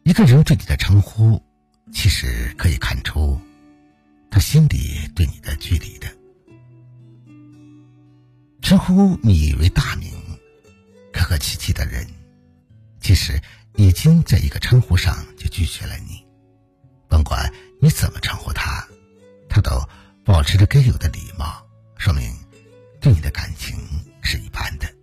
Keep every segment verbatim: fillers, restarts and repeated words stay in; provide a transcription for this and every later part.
一个人对你的称呼，其实可以看出他心里对你的距离的。称呼你为大名，客客气气的人，其实已经在一个称呼上就拒绝了你。甭管你怎么称呼他，他都保持着该有的礼貌，说明对你的感情是一般的。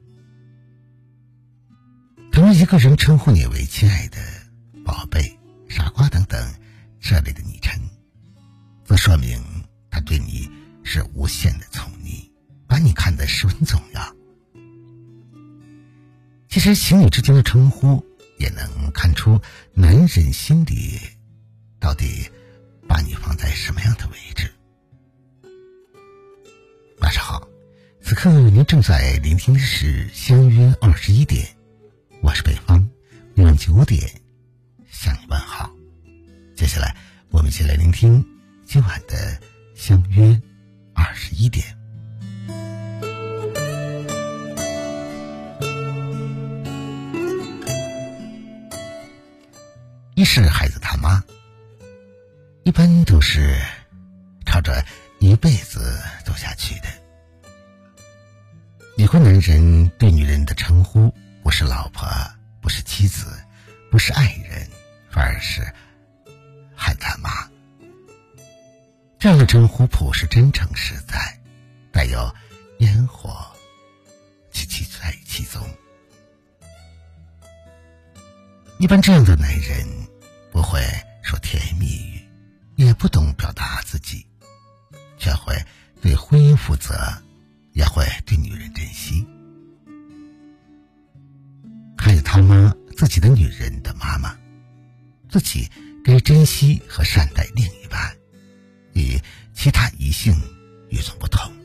倘若一个人称呼你为亲爱的、宝贝、傻瓜等等这类的昵称，则说明他对你是无限的宠溺，把你看得十分重要。其实情侣之间的称呼也能看出男人心里到底把你放在什么样的位置。晚上好，此刻您正在聆听的是相约二十一点，我是北方，每晚九点向你问好。接下来我们一起来聆听今晚的相约二十一点。一是孩子他妈，一般都是朝着一辈子走下去的。已婚男人对女人的称呼不是老婆，不是妻子，不是爱人，反而是孩子他妈。这样的称呼朴实真诚实在，带有烟火气息在其中。一般这样的男人不会说甜言蜜语，也不懂表达自己，却会对婚姻负责，也会对女人珍惜。孩子他妈自己的女人的妈妈，自己该珍惜和善待另一半，与其他异性与众不同。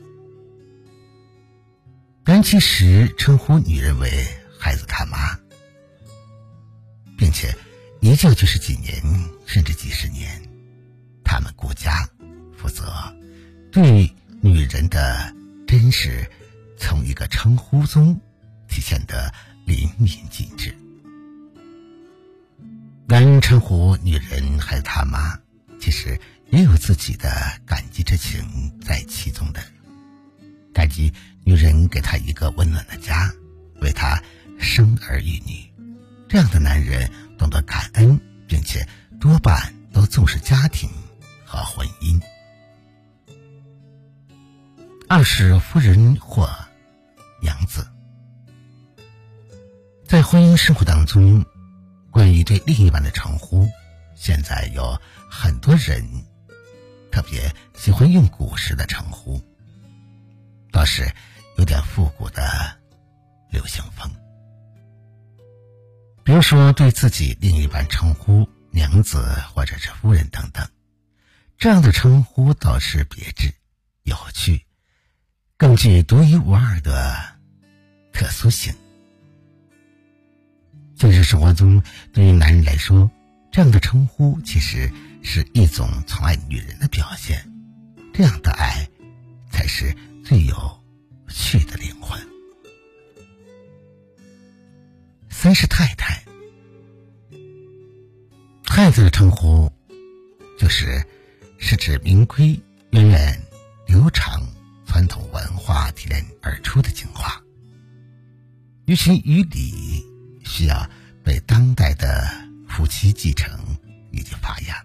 但其实称呼女人为孩子他妈，并且一叫就是几年甚至几十年，他们顾家负责，对女人的真实从一个称呼中体现得淋漓尽致。男人称呼女人孩子他妈，其实也有自己的感激之情在其中的。感激女人给他一个温暖的家，为他生儿育女。这样的男人懂得感恩，并且多半都重视家庭和婚姻。二是夫人或娘子。在婚姻生活当中，关于对另一半的称呼，现在有很多人特别喜欢用古时的称呼，倒是有点复古的流行风。比如说对自己另一半称呼娘子或者是夫人等等，这样的称呼倒是别致有趣，更具独一无二的特殊性。现实生活中，对于男人来说，这样的称呼其实是一种宠爱女人的表现，这样的爱才是最有趣的灵魂。三是太太。太太的称呼就是是指名规源远流长传统文化提炼而出的精华，于情于理需要被当代的夫妻继承以及发扬。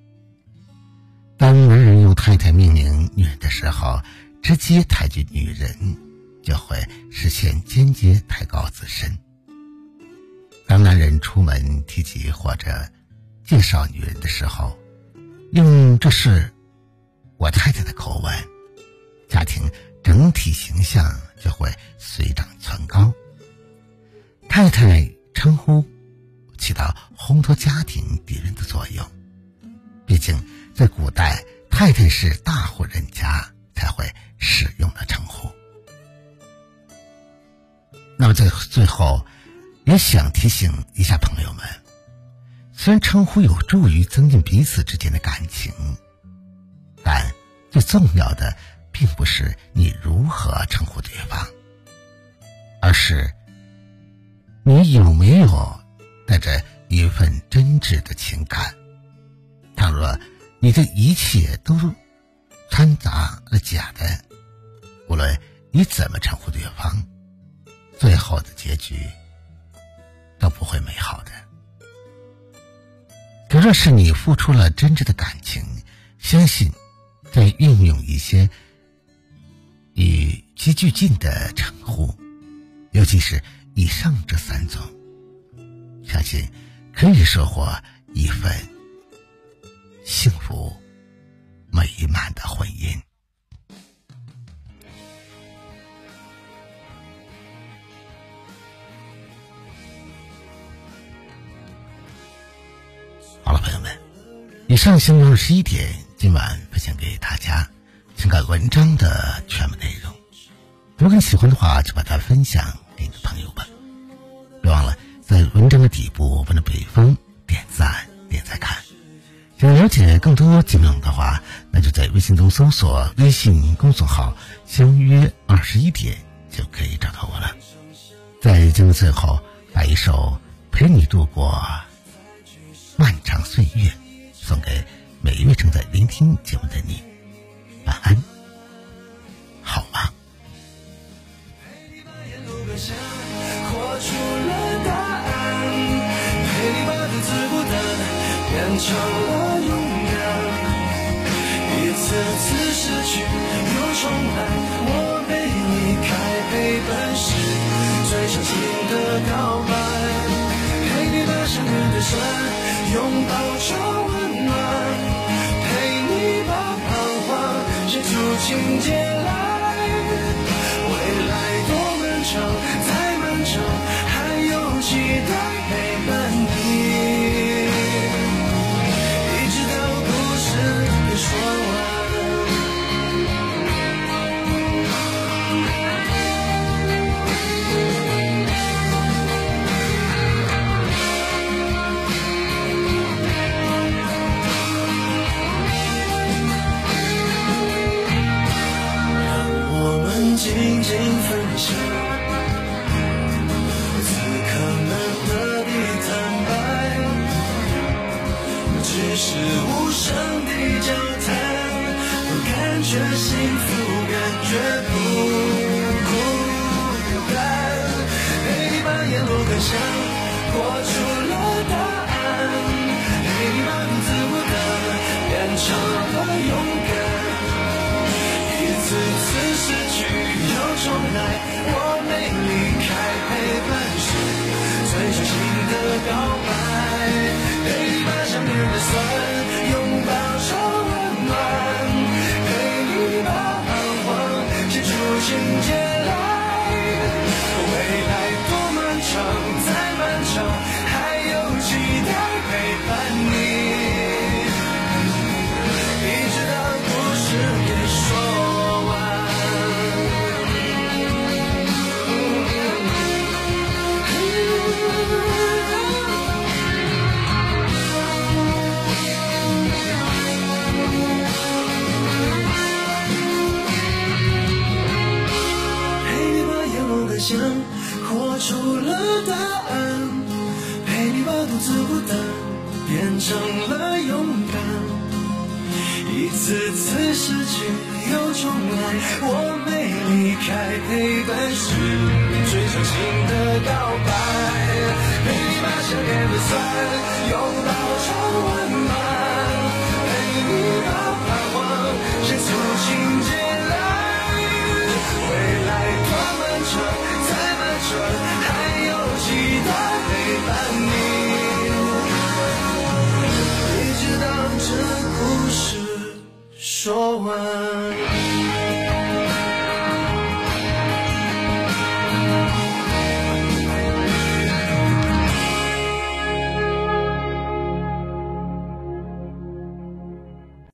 当男人用太太命令女人的时候，直接抬举女人，就会实现间接抬高自身。当男人出门提及或者介绍女人的时候，用这是我太太的口吻，家庭整体形象就会水涨船高。太太称呼起到烘托家庭底蕴的作用，毕竟在古代，太太是大户人家才会使用的称呼。那么在最后也想提醒一下朋友们，虽然称呼有助于增进彼此之间的感情，但最重要的并不是你如何称呼对方，而是你有没有带着一份真挚的情感。倘若你的一切都掺杂了假的，无论你怎么称呼对方，最后的结局都不会美好的。可若是你付出了真挚的感情，相信再运用一些与其俱进的称呼，尤其是以上这三种，相信可以收获一份幸福美满的婚姻。好了，朋友们，以上星期二十一点今晚分享给大家情感文章的全部内容。如果你喜欢的话，就把它分享给你的朋友吧。别忘了在文章的底部问的北方点赞点赞看。想了解更多节目内容的话，那就在微信中搜索微信公众号相约二十一点就可以找到我了。在节目最后把一首陪你度过漫长岁月送给每一位正在聆听节目的你，晚安，好吗？ 活出了答案，陪你把独自孤单变成了勇敢，一次次失去又重来，我没离开陪伴是最伤心的告白，陪你把相遇的酸拥抱成温暖，陪你把彷徨写出情节来，未来多漫长再漫长，还有期待陪伴你，一直到故事也说完。静静分享，此刻难得的坦白，只是无声的交谈，都感觉幸福，感觉不孤单，陪你把沿路感想活出了答案，陪你把独自孤单变成了勇敢，一次次失去又重来，我没离开陪伴是最伤心的告白，陪你把相遇的酸拥抱成温暖，陪你把彷徨写出情节来，未来多漫长再漫长，还有期待陪伴你，一直到故事也说完。想活出了答案，陪你把独自孤单变成了勇敢，一次次失去又重来，我没离开陪伴是最伤心的告白，陪你把想念的酸拥抱成温暖，陪你把彷徨写出情节来，未来多漫长还有期待陪伴你，一直到这故事说完。